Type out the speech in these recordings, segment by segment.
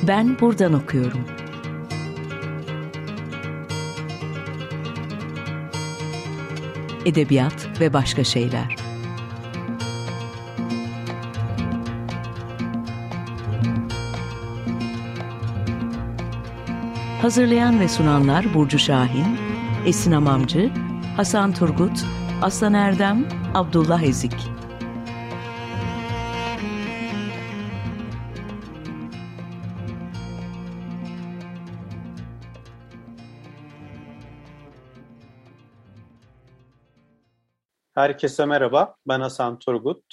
Ben buradan okuyorum. Edebiyat ve başka şeyler. Hazırlayan ve sunanlar Burcu Şahin, Esin Amamcı, Hasan Turgut, Aslan Erdem, Abdullah Ezik. Herkese merhaba, ben Hasan Turgut.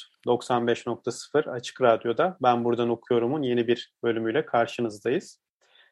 95.0 Açık Radyo'da Ben Buradan Okuyorum'un yeni bir bölümüyle karşınızdayız.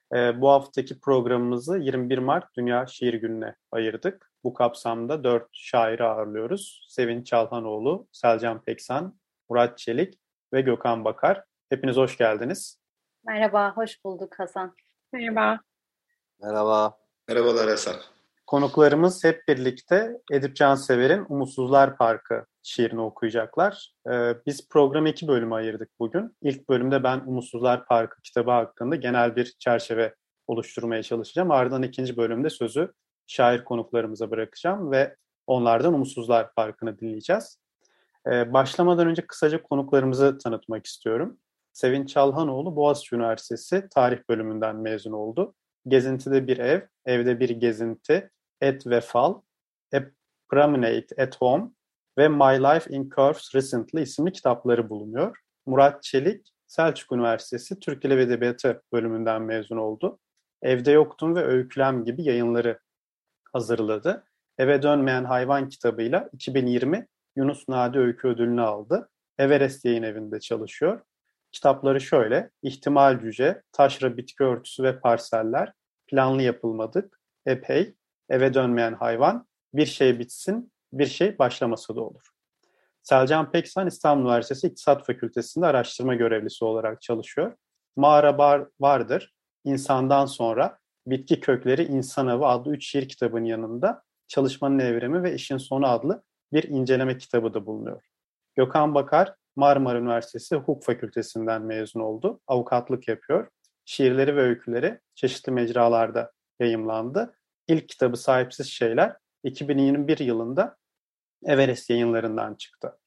Bu haftaki programımızı 21 Mart Dünya Şiir Günü'ne ayırdık. Bu kapsamda 4 şairi ağırlıyoruz. Sevin Çalhanoğlu, Selcan Peksan, Murat Çelik ve Gökhan Bakar. Hepiniz hoş geldiniz. Merhaba, hoş bulduk Hasan. Merhaba. Merhaba. Merhabalar Hasan. Konuklarımız hep birlikte Edip Cansever'in Umutsuzlar Parkı şiirini okuyacaklar. Biz programı 2 bölüme ayırdık bugün. İlk bölümde ben Umutsuzlar Parkı kitabı hakkında genel bir çerçeve oluşturmaya çalışacağım. Ardından ikinci bölümde sözü şair konuklarımıza bırakacağım ve onlardan Umutsuzlar Parkı'nı dinleyeceğiz. Başlamadan önce kısaca konuklarımızı tanıtmak istiyorum. Sevin Çalhanoğlu Boğaziçi Üniversitesi Tarih Bölümünden mezun oldu. Gezintide bir ev, evde bir gezinti, Et ve Fal, A Promenade at Home ve My Life in Curves Recently isimli kitapları bulunuyor. Murat Çelik, Selçuk Üniversitesi Türk Dili ve Edebiyatı bölümünden mezun oldu. Evde Yoktum ve Öykülem gibi yayınları hazırladı. Eve Dönmeyen Hayvan kitabıyla 2020 Yunus Nadi Öykü Ödülünü aldı. Everest Yayın Evi'nde çalışıyor. Kitapları şöyle: İhtimal Cüce, Taşra Bitki Örtüsü ve Parseller, Planlı Yapılmadık, Epey, Eve Dönmeyen Hayvan, Bir Şey Bitsin, Bir Şey Başlamasa da Olur. Selcan Peksan İstanbul Üniversitesi İktisat Fakültesi'nde araştırma görevlisi olarak çalışıyor. Mağara Vardır, İnsandan Sonra, Bitki Kökleri İnsan Avı adlı 3 şiir kitabının yanında Çalışmanın Evrimi ve İşin Sonu adlı bir inceleme kitabı da bulunuyor. Gökhan Bakar, Marmara Üniversitesi Hukuk Fakültesinden mezun oldu. Avukatlık yapıyor. Şiirleri ve öyküleri çeşitli mecralarda yayımlandı. İlk kitabı Sahipsiz Şeyler 2021 yılında Everest Yayınlarından çıktı.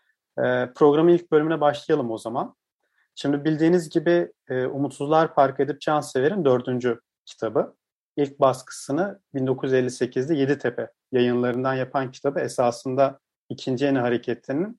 Programın ilk bölümüne başlayalım o zaman. Şimdi bildiğiniz gibi Umutsuzlar Parkı Edip Cansever'in 4. kitabı. İlk baskısını 1958'de Yeditepe Yayınlarından yapan kitabı esasında İkinci Yeni Hareketi'nin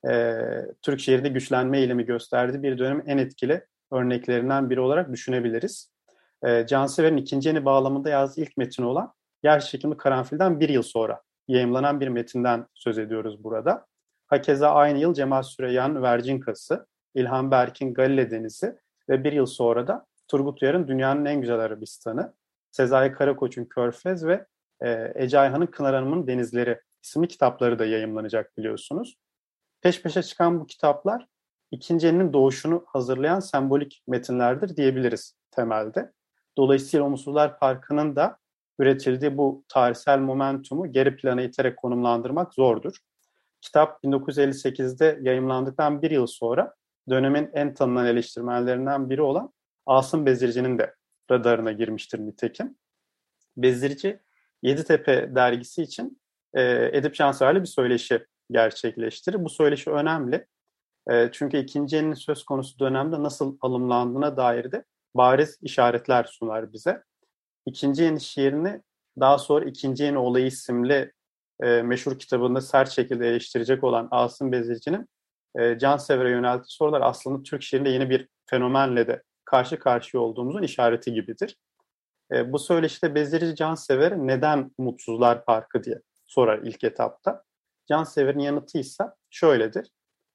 Türk şiirinde güçlenme eğilimi gösterdiği bir dönemin en etkili örneklerinden biri olarak düşünebiliriz. Cansever'in ikinci yeni bağlamında yazdığı ilk metni olan Yer Çekimi Karanfil'den 1 yıl sonra yayımlanan bir metinden söz ediyoruz burada. Hakeza aynı yıl Cemal Süreyya'nın Vercinkası, İlhan Berk'in Galile Denizi ve 1 yıl sonra da Turgut Uyar'ın Dünyanın En Güzel Arabistanı, Sezai Karakoç'un Körfez ve Ece Ayhan'ın Kınar Hanım'ın Denizleri isimli kitapları da yayımlanacak biliyorsunuz. Peş peşe çıkan bu kitaplar ikinci elinin doğuşunu hazırlayan sembolik metinlerdir diyebiliriz temelde. Dolayısıyla Umutsuzlar Parkı'nın da üretildiği bu tarihsel momentumu geri plana iterek konumlandırmak zordur. Kitap 1958'de yayımlandıktan 1 yıl sonra dönemin en tanınan eleştirmenlerinden biri olan Asım Bezirci'nin de radarına girmiştir nitekim. Bezirci, Yeditepe dergisi için Edip Cansever'le bir söyleşi gerçekleştirir. Bu söyleşi önemli. Çünkü ikinci elinin söz konusu dönemde nasıl alımlandığına dair de bariz işaretler sunar bize. İkinci yeni şiirini daha sonra İkinci Yeni Olayı isimli meşhur kitabında sert şekilde eleştirecek olan Asım Bezirci'nin Cansever'e yönelttiği sorular aslında Türk şiirinde yeni bir fenomenle de karşı karşıya olduğumuzun işareti gibidir. Bu söyleşide Bezirci Cansever neden Umutsuzlar Parkı diye sorar ilk etapta. Cansever'in yanıtı ise şöyledir: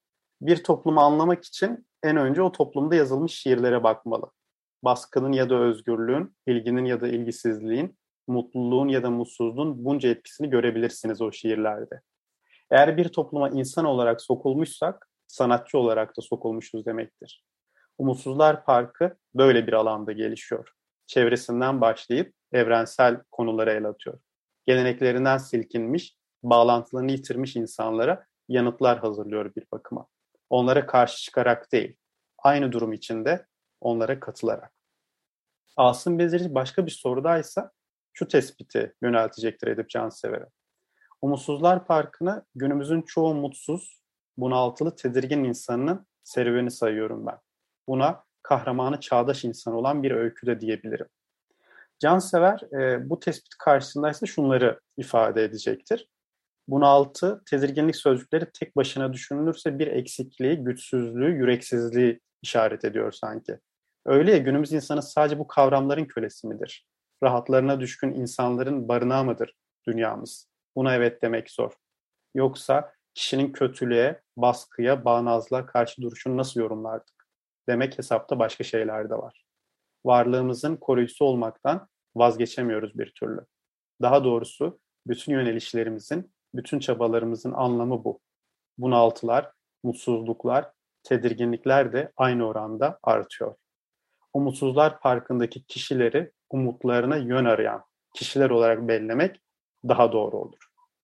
bir toplumu anlamak için en önce o toplumda yazılmış şiirlere bakmalı. Baskının ya da özgürlüğün, ilginin ya da ilgisizliğin, mutluluğun ya da mutsuzluğun bunca etkisini görebilirsiniz o şiirlerde. Eğer bir topluma insan olarak sokulmuşsak, sanatçı olarak da sokulmuşuz demektir. Umutsuzlar Parkı böyle bir alanda gelişiyor. Çevresinden başlayıp evrensel konulara el atıyor. Geleneklerinden silkinmiş, bağlantılarını yitirmiş insanlara yanıtlar hazırlıyor bir bakıma. Onlara karşı çıkarak değil, aynı durum içinde onlara katılarak. Asım Bezirci başka bir sorudaysa şu tespiti yöneltecektir Edip Cansever'e. Umutsuzlar Parkı'nı günümüzün çoğu mutsuz, bunaltılı, tedirgin insanının serüveni sayıyorum ben. Buna kahramanı çağdaş insan olan bir öykü de diyebilirim. Cansever bu tespit karşısındaysa şunları ifade edecektir. Bunaltı, tedirginlik sözcükleri tek başına düşünülürse bir eksikliği, güçsüzlüğü, yüreksizliği işaret ediyor sanki. Öyle ya, günümüz insanı sadece bu kavramların kölesi midir? Rahatlarına düşkün insanların barınağı mıdır dünyamız? Buna evet demek zor. Yoksa kişinin kötülüğe, baskıya, bağnazlığa karşı duruşunu nasıl yorumlardık? Demek hesapta başka şeyler de var. Varlığımızın koruyucusu olmaktan vazgeçemiyoruz bir türlü. Daha doğrusu bütün yönelişlerimizin, bütün çabalarımızın anlamı bu. Bunaltılar, mutsuzluklar, tedirginlikler de aynı oranda artıyor. Umutsuzlar Parkı'ndaki kişileri umutlarına yön arayan kişiler olarak bellemek daha doğru olur.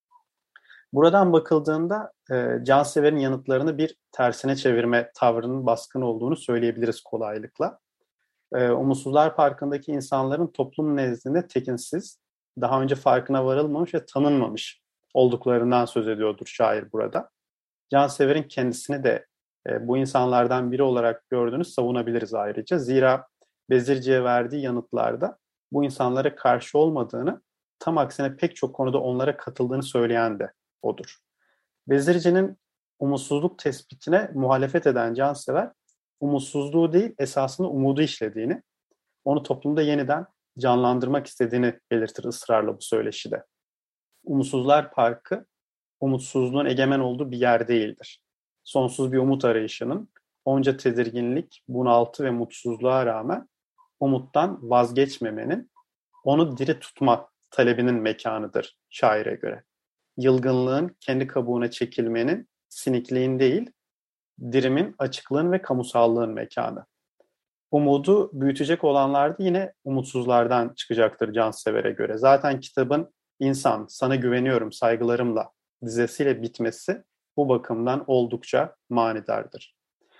Buradan bakıldığında Cansever'in yanıtlarını bir tersine çevirme tavrının baskın olduğunu söyleyebiliriz kolaylıkla. Umutsuzlar Parkı'ndaki insanların toplum nezdinde tekinsiz, daha önce farkına varılmamış ve tanınmamış olduklarından söz ediyordur şair burada. Cansever'in kendisini de bu insanlardan biri olarak gördüğünü savunabiliriz ayrıca. Zira Bezirci'ye verdiği yanıtlarda bu insanlara karşı olmadığını, tam aksine pek çok konuda onlara katıldığını söyleyen de odur. Bezirci'nin umutsuzluk tespitine muhalefet eden Cansever, umutsuzluğu değil esasında umudu işlediğini, onu toplumda yeniden canlandırmak istediğini belirtir ısrarla bu söyleşide. Umutsuzlar Parkı, umutsuzluğun egemen olduğu bir yer değildir. Sonsuz bir umut arayışının, onca tedirginlik, bunaltı ve mutsuzluğa rağmen umuttan vazgeçmemenin, onu diri tutma talebinin mekanıdır şaire göre. Yılgınlığın kendi kabuğuna çekilmenin, sinikliğin değil, dirimin, açıklığın ve kamusallığın mekanı. Umudu büyütecek olanlar da yine umutsuzlardan çıkacaktır Cansever'e göre. Zaten kitabın "İnsan, sana güveniyorum, saygılarımla" dizesiyle bitmesi bu bakımdan oldukça manidardır.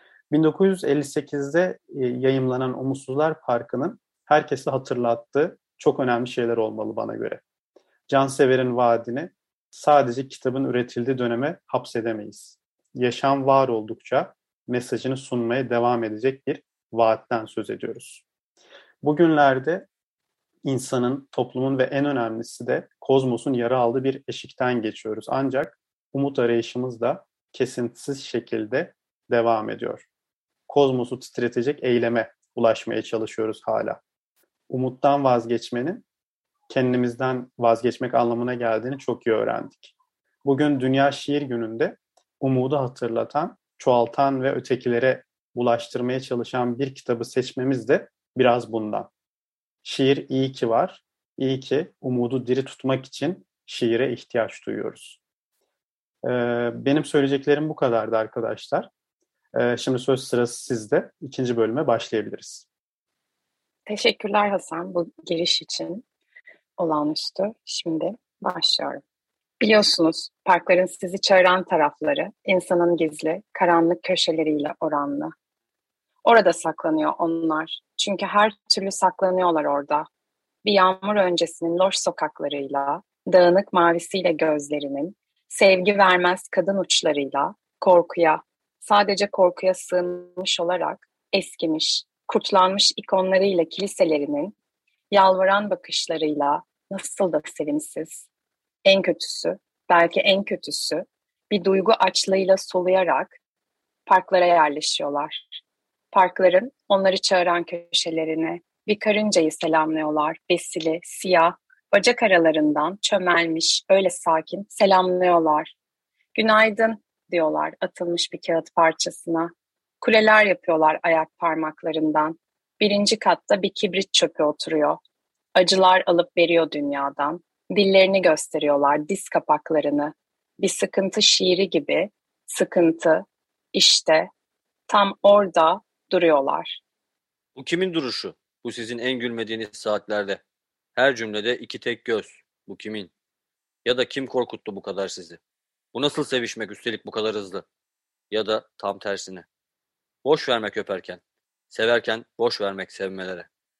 1958'de yayımlanan Umutsuzlar Parkı'nın herkese hatırlattığı çok önemli şeyler olmalı bana göre. Cansever'in vaadini sadece kitabın üretildiği döneme hapsedemeyiz. Yaşam var oldukça mesajını sunmaya devam edecek bir vaatten söz ediyoruz. Bugünlerde insanın, toplumun ve en önemlisi de kozmosun yara aldığı bir eşikten geçiyoruz. Ancak umut arayışımız da kesintisiz şekilde devam ediyor. Kozmosu titretecek eyleme ulaşmaya çalışıyoruz hala. Umuttan vazgeçmenin kendimizden vazgeçmek anlamına geldiğini çok iyi öğrendik. Bugün Dünya Şiir Günü'nde umudu hatırlatan, çoğaltan ve ötekilere ulaştırmaya çalışan bir kitabı seçmemiz de biraz bundan. Şiir iyi ki var, iyi ki umudu diri tutmak için şiire ihtiyaç duyuyoruz. Benim söyleyeceklerim bu kadardı arkadaşlar. Şimdi söz sırası sizde. İkinci bölüme başlayabiliriz. Teşekkürler Hasan bu giriş için. Olağanüstü. Şimdi başlıyorum. Biliyorsunuz parkların sizi çağıran tarafları insanın gizli, karanlık köşeleriyle oranlı. Orada saklanıyor onlar. Çünkü her türlü saklanıyorlar orada. Bir yağmur öncesinin loş sokaklarıyla, dağınık mavisiyle gözlerinin, sevgi vermez kadın uçlarıyla, korkuya, sadece korkuya sığınmış olarak eskimiş, kurtlanmış ikonlarıyla kiliselerinin, yalvaran bakışlarıyla nasıl da sevimsiz. En kötüsü, belki en kötüsü, bir duygu açlığıyla soluyarak parklara yerleşiyorlar. Parkların onları çağıran köşelerine bir karıncayı selamlıyorlar. Besili, siyah, bacak aralarından çömelmiş, öyle sakin selamlıyorlar. Günaydın diyorlar atılmış bir kağıt parçasına. Kuleler yapıyorlar ayak parmaklarından. Birinci katta bir kibrit çöpü oturuyor. Acılar alıp veriyor dünyadan. Dillerini gösteriyorlar, diz kapaklarını. Bir sıkıntı şiiri gibi. Sıkıntı, işte, tam orada duruyorlar. Bu kimin duruşu? Bu sizin en gülmediğiniz saatlerde. Her cümlede iki tek göz. Bu kimin? Ya da kim korkuttu bu kadar sizi? Bu nasıl sevişmek, üstelik bu kadar hızlı? Ya da tam tersine. Boş vermek öperken. Severken boş vermek sevmelere.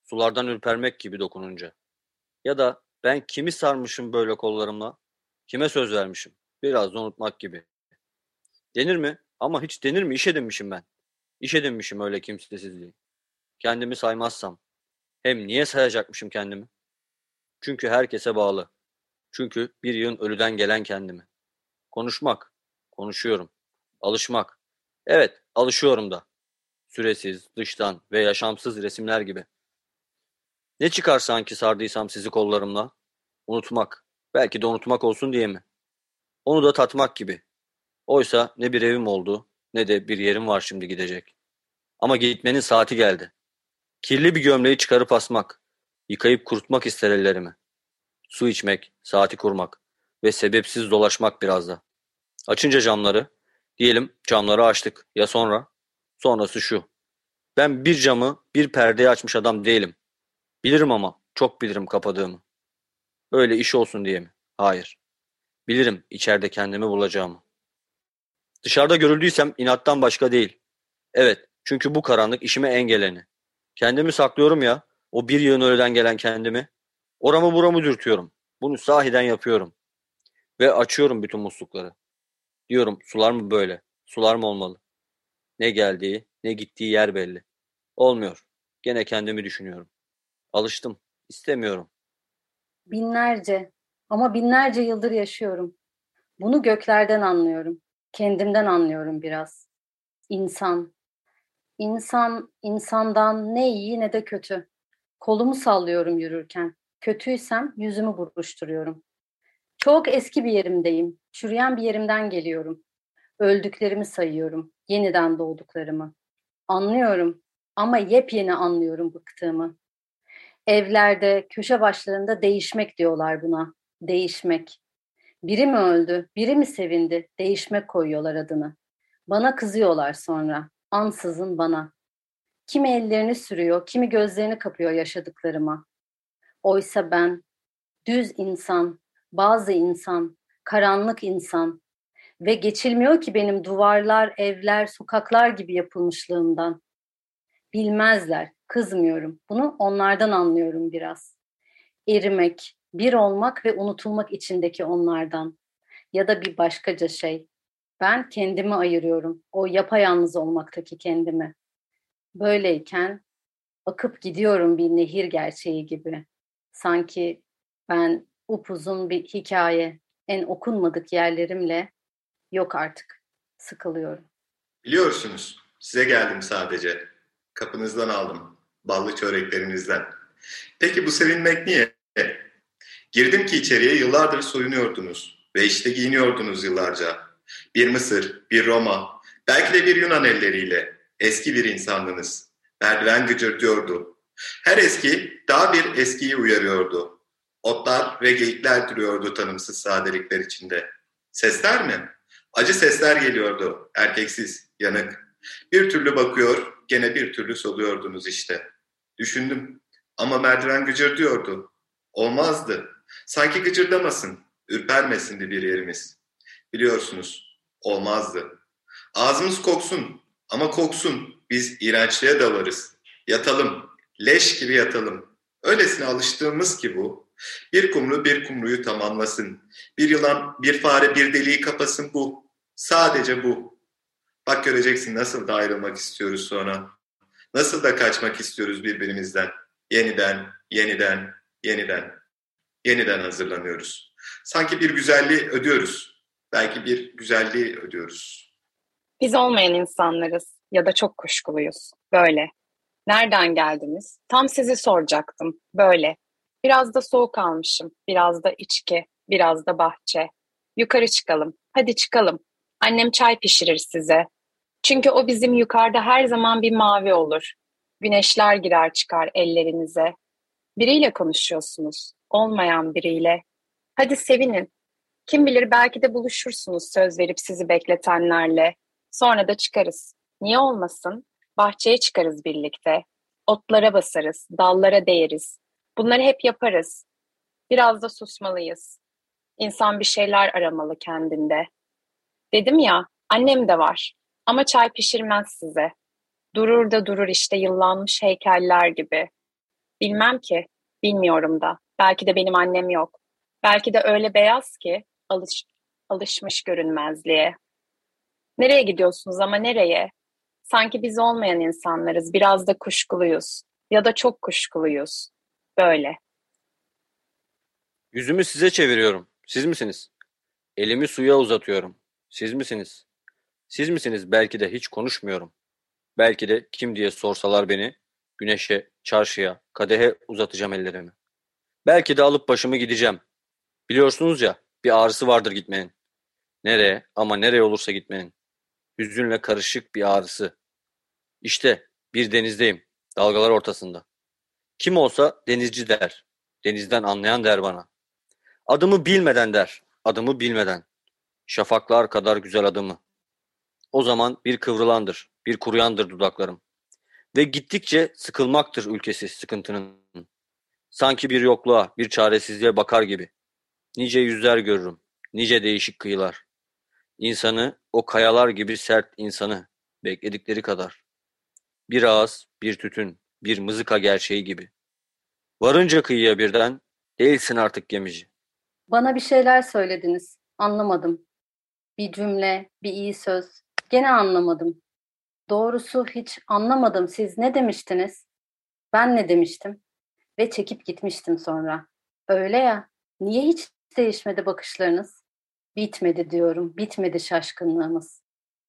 Sulardan ürpermek gibi dokununca. Ya da ben kimi sarmışım böyle kollarımla? Kime söz vermişim? Biraz da unutmak gibi. Denir mi? Ama hiç denir mi? İş edinmişim ben. İş edinmişim öyle kimsesizliği. Kendimi saymazsam. Hem niye sayacakmışım kendimi? Çünkü herkese bağlı. Çünkü bir yığın ölüden gelen kendimi. Konuşmak. Konuşuyorum. Alışmak. Evet, alışıyorum da. Süresiz, dıştan ve yaşamsız resimler gibi. Ne çıkar sanki sardıysam sizi kollarımla? Unutmak. Belki de unutmak olsun diye mi? Onu da tatmak gibi. Oysa ne bir evim oldu, ne de bir yerim var şimdi gidecek. Ama gitmenin saati geldi. Kirli bir gömleği çıkarıp asmak. Yıkayıp kurutmak ister ellerimi. Su içmek, saati kurmak ve sebepsiz dolaşmak biraz da. Açınca camları, diyelim camları açtık. Ya sonra? Sonrası şu. Ben bir camı, bir perdeyi açmış adam değilim. Bilirim ama, çok bilirim kapadığımı. Öyle iş olsun diye mi? Hayır. Bilirim içeride kendimi bulacağımı. Dışarıda görüldüysem inattan başka değil. Evet, çünkü bu karanlık işime engeleni. Kendimi saklıyorum ya, o bir yığın ölüden gelen kendimi. Oramı buramı dürtüyorum. Bunu sahiden yapıyorum. Ve açıyorum bütün muslukları. Diyorum sular mı böyle? Sular mı olmalı? Ne geldiği, ne gittiği yer belli. Olmuyor. Gene kendimi düşünüyorum. Alıştım. İstemiyorum. Binlerce ama binlerce yıldır yaşıyorum. Bunu göklerden anlıyorum. Kendimden anlıyorum biraz. İnsan. İnsan, insandan ne iyi ne de kötü. Kolumu sallıyorum yürürken. Kötüysem yüzümü buruşturuyorum. Çok eski bir yerimdeyim. Çürüyen bir yerimden geliyorum. Öldüklerimi sayıyorum. Yeniden doğduklarımı. Anlıyorum ama yepyeni anlıyorum bıktığımı. Evlerde, köşe başlarında değişmek diyorlar buna. Değişmek. Biri mi öldü, biri mi sevindi? Değişmek koyuyorlar adını. Bana kızıyorlar sonra. Ansızın bana. Kimi ellerini sürüyor, kimi gözlerini kapıyor yaşadıklarıma. Oysa ben, düz insan, bazı insan, karanlık insan ve geçilmiyor ki benim duvarlar, evler, sokaklar gibi yapılmışlığımdan. Bilmezler, kızmıyorum. Bunu onlardan anlıyorum biraz. Erimek, bir olmak ve unutulmak içindeki onlardan. Ya da bir başkaca şey. Ben kendimi ayırıyorum. O yapayalnız olmaktaki kendimi. Böyleyken akıp gidiyorum bir nehir gerçeği gibi. Sanki ben upuzun bir hikaye, en okunmadık yerlerimle yok artık. Sıkılıyorum. Biliyorsunuz, size geldim sadece. Kapınızdan aldım, ballı çöreklerinizden. Peki bu sevinmek niye? Girdim ki içeriye yıllardır soyunuyordunuz ve işte giyiniyordunuz yıllarca. Bir Mısır, bir Roma, belki de bir Yunan elleriyle. Eski bir insandınız. Merdiven gıcırdıyordu. Her eski daha bir eskiyi uyarıyordu. Otlar ve geyikler duruyordu tanımsız sadelikler içinde. Sesler mi? Acı sesler geliyordu, erkeksiz, yanık. Bir türlü bakıyor, gene bir türlü soluyordunuz işte. Düşündüm ama merdiven gıcırdıyordu. Olmazdı. Sanki gıcırdamasın, ürpermesindi bir yerimiz. Biliyorsunuz, olmazdı. Ağzımız koksun ama koksun, biz iğrençliğe dalarız. Yatalım, leş gibi yatalım. Öylesine alıştığımız ki bu. Bir kumru bir kumruyu tamamlasın. Bir yılan, bir fare bir deliği kapasın bu. Sadece bu. Bak göreceksin nasıl da ayrılmak istiyoruz sonra. Nasıl da kaçmak istiyoruz birbirimizden. Yeniden, yeniden, yeniden. Yeniden hazırlanıyoruz. Sanki bir güzelliği ödüyoruz. Belki bir güzelliği ödüyoruz. Biz olmayan insanlarız ya da çok kuşkuluyuz. Böyle. Nereden geldiniz? Tam sizi soracaktım. Böyle. Biraz da soğuk almışım. Biraz da içki. Biraz da bahçe. Yukarı çıkalım. Hadi çıkalım. Annem çay pişirir size. Çünkü o bizim yukarıda her zaman bir mavi olur. Güneşler girer çıkar ellerinize. Biriyle konuşuyorsunuz. Olmayan biriyle. Hadi sevinin. Kim bilir belki de buluşursunuz söz verip sizi bekletenlerle. Sonra da çıkarız. Niye olmasın? Bahçeye çıkarız birlikte. Otlara basarız, dallara değeriz. Bunları hep yaparız. Biraz da susmalıyız. İnsan bir şeyler aramalı kendinde. Dedim ya, annem de var. Ama çay pişirmez size. Durur da durur işte yıllanmış heykeller gibi. Bilmem ki. Bilmiyorum da. Belki de benim annem yok. Belki de öyle beyaz ki alışmış görünmezliğe. Nereye gidiyorsunuz ama nereye? Sanki biz olmayan insanlarız. Biraz da kuşkuluyuz. Ya da çok kuşkuluyuz. Böyle. Yüzümü size çeviriyorum. Siz misiniz? Elimi suya uzatıyorum. Siz misiniz? Siz misiniz? Belki de hiç konuşmuyorum. Belki de kim diye sorsalar beni, güneşe, çarşıya, kadehe uzatacağım ellerimi. Belki de alıp başımı gideceğim. Biliyorsunuz ya, bir ağrısı vardır gitmenin. Nereye ama nereye olursa gitmenin. Hüzünle karışık bir ağrısı. İşte bir denizdeyim, dalgalar ortasında. Kim olsa denizci der. Denizden anlayan der bana. Adımı bilmeden der, adımı bilmeden. Şafaklar kadar güzel adımı. O zaman bir kıvrılandır, bir kuruyandır dudaklarım. Ve gittikçe sıkılmaktır ülkesi sıkıntının. Sanki bir yokluğa, bir çaresizliğe bakar gibi. Nice yüzler görürüm, nice değişik kıyılar. İnsanı, o kayalar gibi sert insanı, bekledikleri kadar. Bir ağız, bir tütün, bir mızıka gerçeği gibi. Varınca kıyıya birden, değilsin artık gemici. Bana bir şeyler söylediniz. Anlamadım. Bir cümle, bir iyi söz. Gene anlamadım. Doğrusu hiç anlamadım. Siz ne demiştiniz? Ben ne demiştim? Ve çekip gitmiştim sonra. Öyle ya. Niye hiç değişmedi bakışlarınız? Bitmedi diyorum. Bitmedi şaşkınlığımız.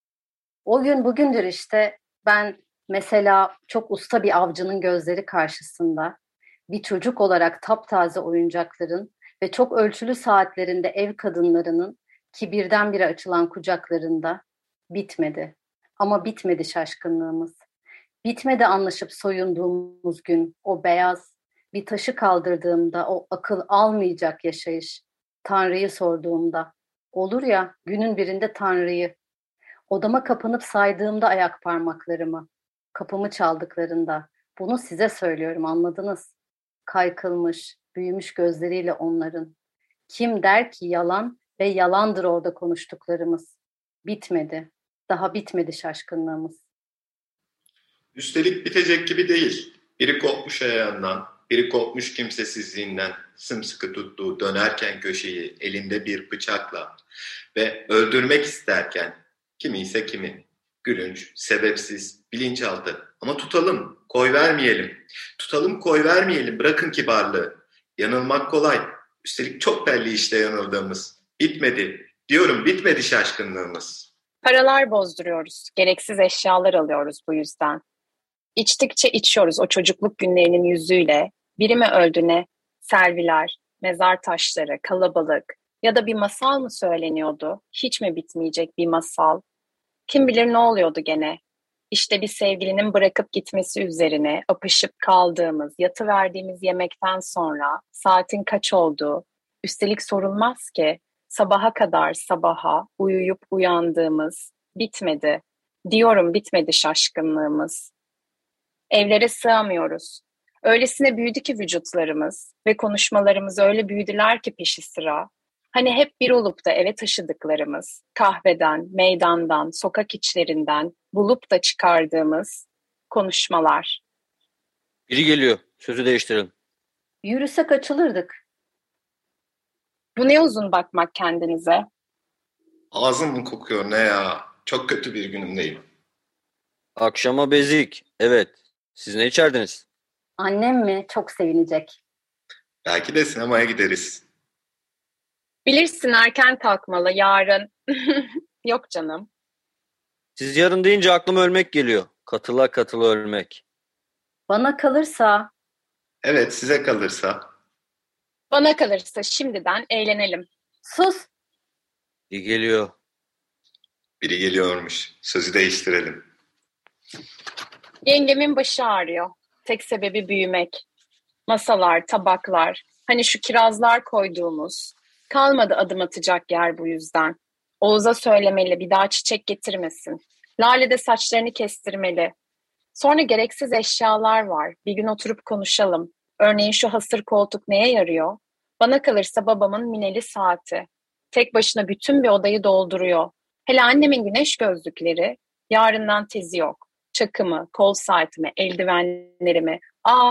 O gün bugündür işte ben mesela çok usta bir avcının gözleri karşısında bir çocuk olarak taptaze oyuncakların ve çok ölçülü saatlerinde ev kadınlarının ki birdenbire açılan kucaklarında bitmedi. Ama bitmedi şaşkınlığımız. Bitmedi anlaşıp soyunduğumuz gün, o beyaz, bir taşı kaldırdığımda, o akıl almayacak yaşayış, Tanrı'yı sorduğumda. Olur ya, günün birinde Tanrı'yı. Odama kapanıp saydığımda ayak parmaklarımı, kapımı çaldıklarında. Bunu size söylüyorum, anladınız? Kaykılmış, büyümüş gözleriyle onların. Kim der ki yalan ve yalandır orada konuştuklarımız. Bitmedi, daha bitmedi şaşkınlığımız. Üstelik bitecek gibi değil. Biri kopmuş ayağından, biri kopmuş kimsesizliğinden, sımsıkı tuttuğu dönerken köşeyi elinde bir bıçakla ve öldürmek isterken kimi ise kimi. Gülünç, sebepsiz, bilinçaltı. Ama tutalım, koy vermeyelim. Tutalım, koy vermeyelim. Bırakın kibarlığı. Yanılmak kolay. Üstelik çok belli işte yanıldığımız. Bitmedi. Diyorum bitmedi şaşkınlığımız. Paralar bozduruyoruz. Gereksiz eşyalar alıyoruz bu yüzden. İçtikçe içiyoruz o çocukluk günlerinin yüzüyle. Biri mi öldü ne? Selviler, mezar taşları, kalabalık ya da bir masal mı söyleniyordu? Hiç mi bitmeyecek bir masal? Kim bilir ne oluyordu gene? İşte bir sevgilinin bırakıp gitmesi üzerine apışıp kaldığımız, yatıverdiğimiz yemekten sonra saatin kaç olduğu, üstelik sorulmaz ki sabaha kadar sabaha uyuyup uyandığımız bitmedi. Diyorum bitmedi şaşkınlığımız. Evlere sığamıyoruz. Öylesine büyüdü ki vücutlarımız ve konuşmalarımız öyle büyüdüler ki peşi sıra. Hani hep bir olup da eve taşıdıklarımız, kahveden, meydandan, sokak içlerinden bulup da çıkardığımız konuşmalar. Biri geliyor, sözü değiştirelim. Yürüsek açılırdık. Bu ne uzun bakmak kendinize. Ağzım mı kokuyor ne ya? Çok kötü bir günümdeyim. Akşama bezik. Evet. Siz ne içerdiniz? Annem mi? Çok sevinecek. Belki de sinemaya gideriz. Bilirsin erken kalkmalı yarın. Yok canım. Siz yarın deyince aklıma ölmek geliyor. Katıla katıla ölmek. Bana kalırsa Evet size kalırsa. Bana kalırsa şimdiden eğlenelim. sus. İyi geliyor. Biri geliyormuş. Sözü değiştirelim. Yengemin başı ağrıyor. Tek sebebi büyümek. Masalar, tabaklar, hani şu kirazlar koyduğumuz. Kalmadı adım atacak yer bu yüzden. Oğuz'a söylemeli bir daha çiçek getirmesin. Lale de saçlarını kestirmeli. Sonra gereksiz eşyalar var. Bir gün oturup konuşalım. Örneğin şu hasır koltuk neye yarıyor? Bana kalırsa babamın mineli saati. Tek başına bütün bir odayı dolduruyor. Hele annemin güneş gözlükleri. Yarından tezi yok. Çakımı, kol saatimi, eldivenlerimi.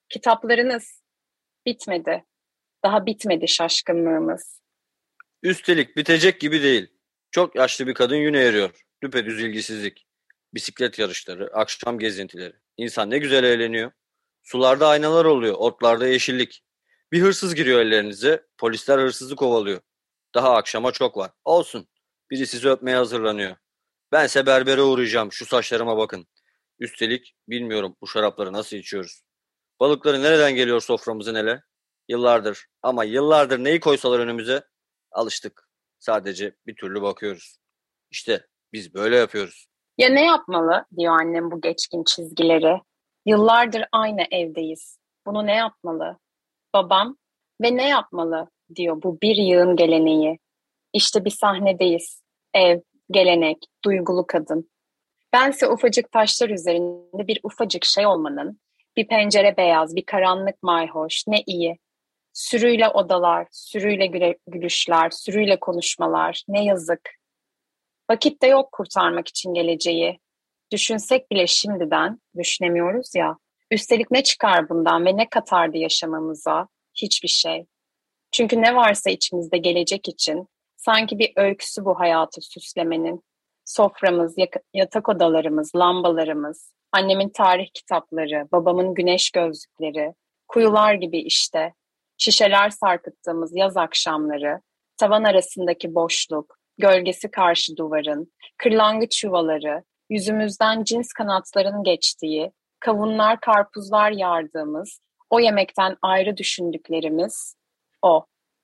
Kitaplarınız bitmedi. Daha bitmedi şaşkınlığımız. Üstelik bitecek gibi değil. Çok yaşlı bir kadın yine eriyor. Düpedüz ilgisizlik. Bisiklet yarışları, akşam gezintileri. İnsan ne güzel eğleniyor. Sularda aynalar oluyor, otlarda yeşillik. Bir hırsız giriyor ellerinize, polisler hırsızı kovalıyor. Daha akşama çok var. Olsun. Biri sizi öpmeye hazırlanıyor. Bense berbere uğrayacağım, şu saçlarıma bakın. Üstelik bilmiyorum bu şarapları nasıl içiyoruz. Balıkları nereden geliyor soframızın ele? Yıllardır ama yıllardır neyi koysalar önümüze alıştık. Sadece bir türlü bakıyoruz. İşte biz böyle yapıyoruz. Ya ne yapmalı diyor annem bu geçkin çizgileri. Yıllardır aynı evdeyiz. Bunu ne yapmalı? Babam ve ne yapmalı diyor bu bir yığın geleneği. İşte bir sahnedeyiz. Ev, gelenek, duygulu kadın. Bense ufacık taşlar üzerinde bir ufacık şey olmanın, bir pencere beyaz, bir karanlık mayhoş, ne iyi. Sürüyle odalar, sürüyle gülüşler, sürüyle konuşmalar, ne yazık. Vakit de yok kurtarmak için geleceği. Düşünsek bile şimdiden düşünemiyoruz ya. Üstelik ne çıkar bundan ve ne katardı yaşamamıza? Hiçbir şey. Çünkü ne varsa içimizde gelecek için sanki bir öyküsü bu hayatı süslemenin. Soframız, yatak odalarımız, lambalarımız, annemin tarih kitapları, babamın güneş gözlükleri, kuyular gibi işte. Şişeler sarkıttığımız yaz akşamları, tavan arasındaki boşluk, gölgesi karşı duvarın, kırlangıç yuvaları, yüzümüzden cins kanatların geçtiği, kavunlar, karpuzlar yardığımız, o yemekten ayrı düşündüklerimiz o.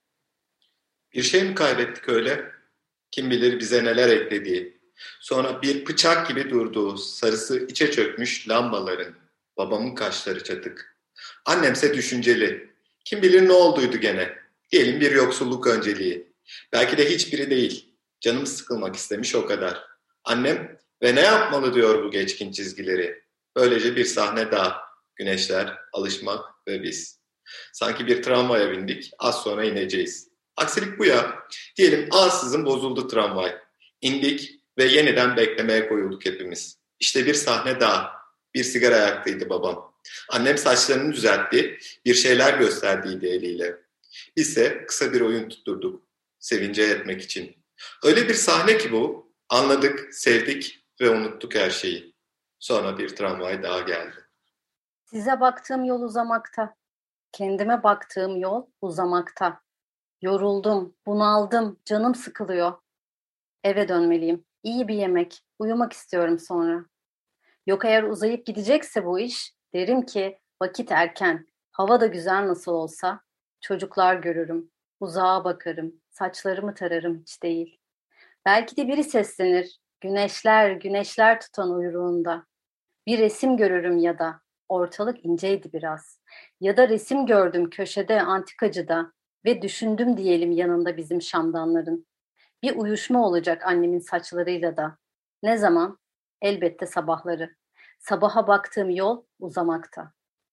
Bir şey mi kaybettik öyle? Kim bilir bize neler eklediği. Sonra bir bıçak gibi durduğu, sarısı içe çökmüş lambaların. Babamın kaşları çatık. Annemse düşünceli. Kim bilir ne olduydu gene. Diyelim bir yoksulluk önceliği. Belki de hiçbiri değil. Canım sıkılmak istemiş o kadar. Annem ve ne yapmalı diyor bu geçkin çizgileri. Böylece bir sahne daha. Güneşler, alışmak ve biz. Sanki bir tramvaya bindik, az sonra ineceğiz. Aksilik bu ya. Diyelim ansızın bozuldu tramvay. İndik ve yeniden beklemeye koyulduk hepimiz. İşte bir sahne daha. Bir sigara yaktıydı babam. Annem saçlarını düzeltti, bir şeyler gösterdiydi eliyle. Bizse kısa bir oyun tutturduk, sevince etmek için. Öyle bir sahne ki bu, anladık, sevdik ve unuttuk her şeyi. Sonra bir tramvay daha geldi. Size baktığım yol uzamakta. Kendime baktığım yol uzamakta. Yoruldum, bunaldım, canım sıkılıyor. Eve dönmeliyim. İyi bir yemek, uyumak istiyorum sonra. Yok eğer uzayıp gidecekse bu iş, derim ki vakit erken, hava da güzel nasıl olsa. Çocuklar görürüm, uzağa bakarım, saçlarımı tararım hiç değil. Belki de biri seslenir, güneşler, güneşler tutan uyruğunda. Bir resim görürüm ya da, ortalık inceydi biraz. Ya da resim gördüm köşede antikacıda ve düşündüm diyelim yanında bizim şamdanların. Bir uyuşma olacak annemin saçlarıyla da. Ne zaman? Elbette sabahları. Sabaha baktığım yol uzamakta.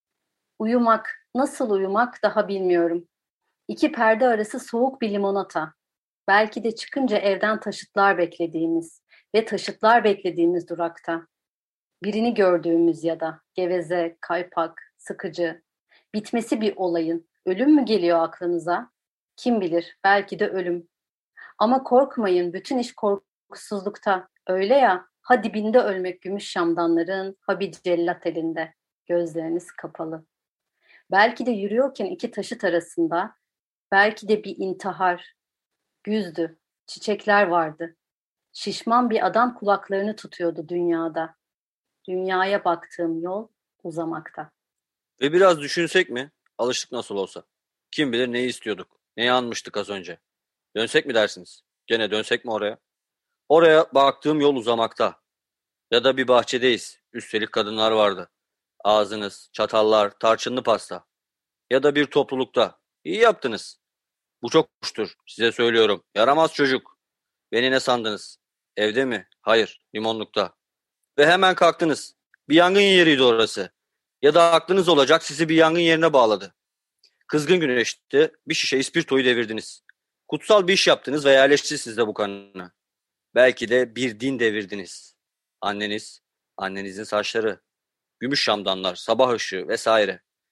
Uyumak, nasıl uyumak daha bilmiyorum. İki perde arası soğuk bir limonata. Belki de çıkınca evden taşıtlar beklediğimiz ve taşıtlar beklediğimiz durakta. Birini gördüğümüz ya da geveze, kaypak, sıkıcı. Bitmesi bir olayın. Ölüm mü geliyor aklınıza? Kim bilir, belki de ölüm. Ama korkmayın, bütün iş korkusuzlukta. Öyle ya, ha dibinde ölmek gümüş şamdanların, ha bir cellat elinde. Gözleriniz kapalı. Belki de yürüyorken iki taşıt arasında, belki de bir intihar. Güzdü, çiçekler vardı. Şişman bir adam kulaklarını tutuyordu dünyada. Dünyaya baktığım yol uzamakta. Ve biraz düşünsek mi? Alıştık nasıl olsa. Kim bilir neyi istiyorduk? Neyi anmıştık az önce? Dönsek mi dersiniz? Gene dönsek mi oraya? Oraya baktığım yol uzamakta. Ya da bir bahçedeyiz. Üstelik kadınlar vardı. Ağzınız, çatallar, tarçınlı pasta. Ya da bir toplulukta. İyi yaptınız. Bu çok hoştur. Size söylüyorum. Yaramaz çocuk. Beni ne sandınız? Evde mi? Hayır. Limonlukta. Ve hemen kalktınız. Bir yangın yeriydi orası. Ya da aklınız olacak sizi bir yangın yerine bağladı. Kızgın güneşte bir şişe ispirtoyu devirdiniz. Kutsal bir iş yaptınız ve yerleşti sizde bu kanına. Belki de bir din devirdiniz. Anneniz, annenizin saçları, gümüş şamdanlar, sabah ışığı vesaire.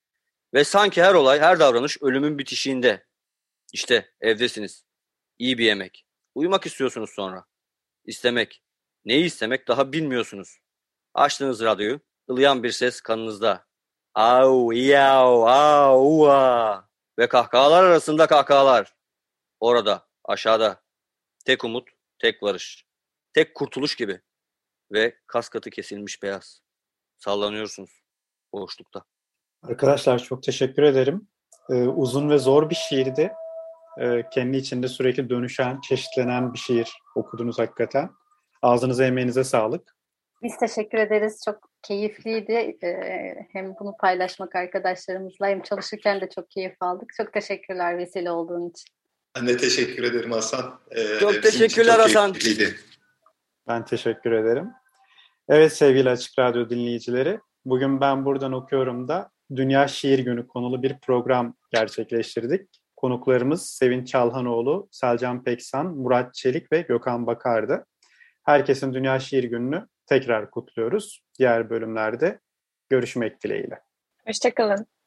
Ve sanki her olay, her davranış ölümün bitişiğinde. İşte evdesiniz. İyi bir yemek. Uyumak istiyorsunuz sonra. İstemek. Neyi istemek daha bilmiyorsunuz. Açtınız radyoyu. Ilıyan bir ses kanınızda. Au, yav, au, ua. Ve kahkahalar arasında kahkahalar. Orada, aşağıda. Tek umut, tek varış. Tek kurtuluş gibi. Ve kas katı kesilmiş beyaz. Sallanıyorsunuz boşlukta. Arkadaşlar çok teşekkür ederim. Uzun ve zor bir şiirdi. Kendi içinde sürekli dönüşen, çeşitlenen bir şiir okudunuz hakikaten. Ağzınıza, emeğinize sağlık. Biz teşekkür ederiz. Çok keyifliydi. Hem bunu paylaşmak arkadaşlarımızla hem çalışırken de çok keyif aldık. Çok teşekkürler vesile olduğun için. Ben de teşekkür ederim Hasan. Çok teşekkürler Hasan. Ben teşekkür ederim. Evet sevgili Açık Radyo dinleyicileri, bugün Ben Buradan Okuyorum da Dünya Şiir Günü konulu bir program gerçekleştirdik. Konuklarımız Sevinç Çalhanoğlu, Selcan Peksan, Murat Çelik ve Gökhan Bakar'dı. Herkesin Dünya Şiir Günü'nü tekrar kutluyoruz. Diğer bölümlerde görüşmek dileğiyle. Hoşça kalın.